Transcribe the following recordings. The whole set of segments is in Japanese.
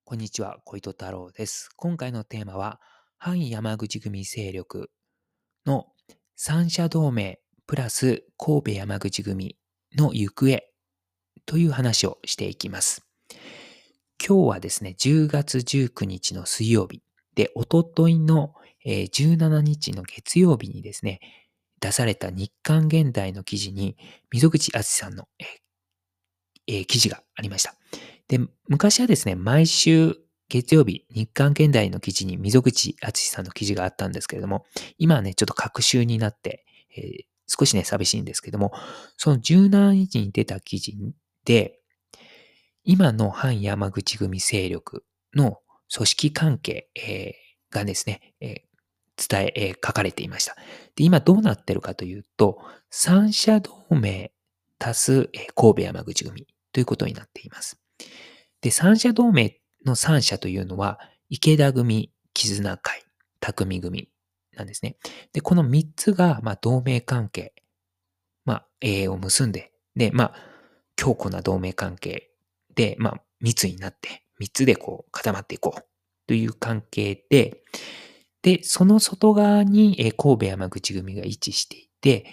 こんにちは、小糸太郎です。今回のテーマは、反山口組勢力の三者同盟プラス神戸山口組の行方という話をしていきます。今日はですね、10月19日の水曜日で、おとといの17日の月曜日にですね、出された日刊現代の記事に、溝口敦さんの記事がありました。で、昔はですね、毎週月曜日、日刊現代の記事に溝口敦さんの記事があったんですけれども、今はね、ちょっと隔週になって、少しね、寂しいんですけども、その17日に出た記事で、今の反山口組勢力の組織関係、がですね、書かれていました。で、今どうなってるかというと、三者同盟足す、神戸山口組ということになっています。で、三者同盟の三者というのは、池田組、絆会、匠組なんですね。で、この三つが、同盟関係、を結んで、で、強固な同盟関係で、密になって、三つでこう固まっていこうという関係で、その外側に神戸山口組が位置していて、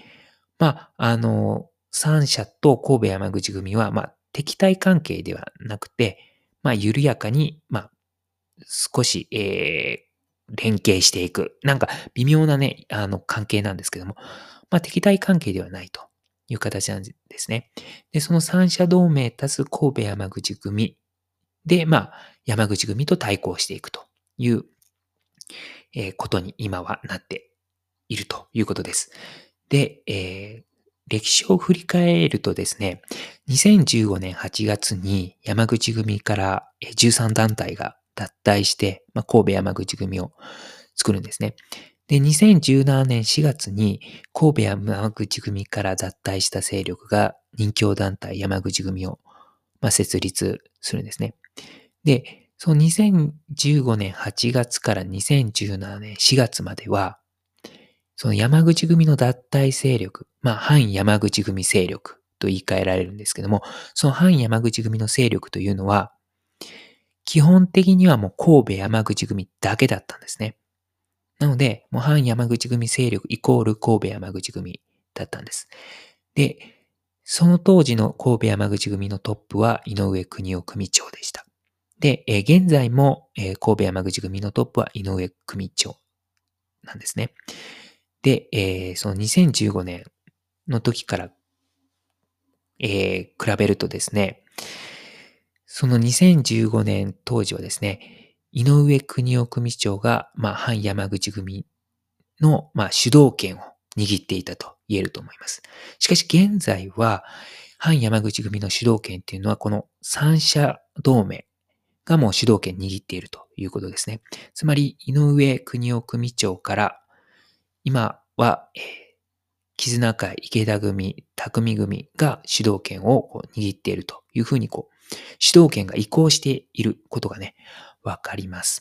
三社と神戸山口組は、敵対関係ではなくて、緩やかに、少し、連携していく。なんか微妙なね、関係なんですけども、敵対関係ではないという形なんですね。で、その三者同盟足す神戸山口組で、山口組と対抗していくということに今はなっているということです。で、歴史を振り返るとですね、2015年8月に山口組から13団体が脱退して、神戸山口組を作るんですね。で、2017年4月に神戸山口組から脱退した勢力が任教団体山口組を設立するんですね。で、その2015年8月から2017年4月までは、その山口組の脱退勢力、反山口組勢力と言い換えられるんですけども、その反山口組の勢力というのは、基本的にはもう神戸山口組だけだったんですね。なので、もう反山口組勢力イコール神戸山口組だったんです。で、その当時の神戸山口組のトップは井上邦夫組長でした。で、現在も神戸山口組のトップは井上組長なんですね。で、その2015年の時から、比べるとですね、その2015年当時はですね、井上邦夫組長が、反山口組の、主導権を握っていたと言えると思います。しかし現在は、反山口組の主導権っていうのは、この三者同盟がもう主導権握っているということですね。つまり、井上邦夫組長から、今は、絆会、池田組、匠組が主導権を握っているというふうに主導権が移行していることがね、わかります。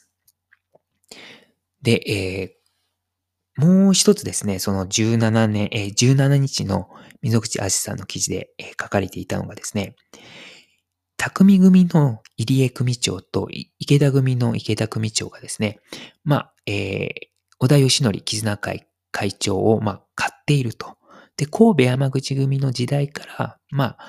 で、もう一つですね、その17日の溝口敦さんの記事で書かれていたのがですね、匠組の入江組長と池田組の池田組長がですね、小田義則絆会会長を買っていると。で、神戸山口組の時代から、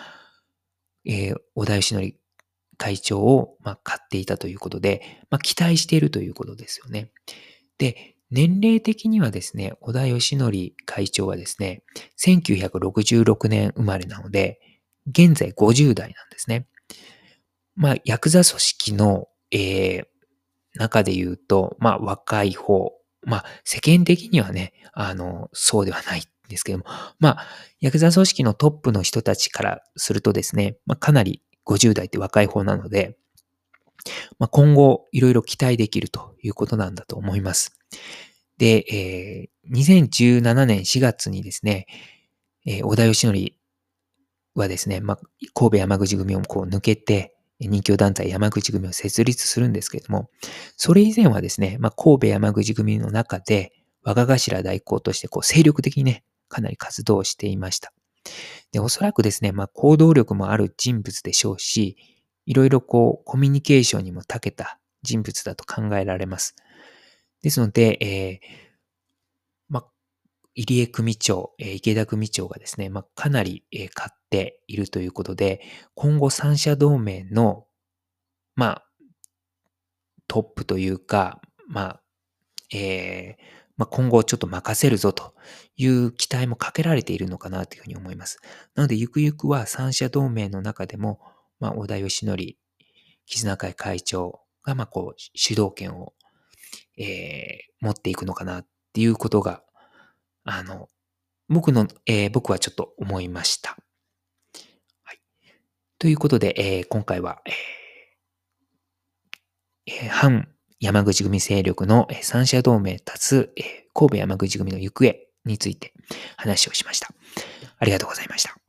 小田義則会長を買っていたということで、期待しているということですよね。で、年齢的にはですね、小田義則会長はですね、1966年生まれなので、現在50代なんですね。ヤクザ組織の、中で言うと、若い方。世間的にはね、そうではないんですけども、ヤクザ組織のトップの人たちからするとですね、かなり50代って若い方なので、今後いろいろ期待できるということなんだと思います。で、2017年4月にですね、小田義則はですね、神戸山口組を抜けて、任教団体山口組を設立するんですけれども、それ以前はですね、神戸山口組の中で若頭代行として精力的にね、かなり活動していました。で、おそらくですね、行動力もある人物でしょうし、 いろいろコミュニケーションにも長けた人物だと考えられます。ですので、まあ、入江組長、池田組長がですね、かなり、買っているということで、今後三者同盟の、まあ、トップというか、今後ちょっと任せるぞという期待もかけられているのかなというふうに思います。なので、ゆくゆくは三者同盟の中でも、小田義則、絆会会長が、主導権を、持っていくのかなっていうことが、あの、僕はちょっと思いました。はい。ということで、今回は、反山口組勢力の三者同盟多数、神戸山口組の行方について話をしました。ありがとうございました。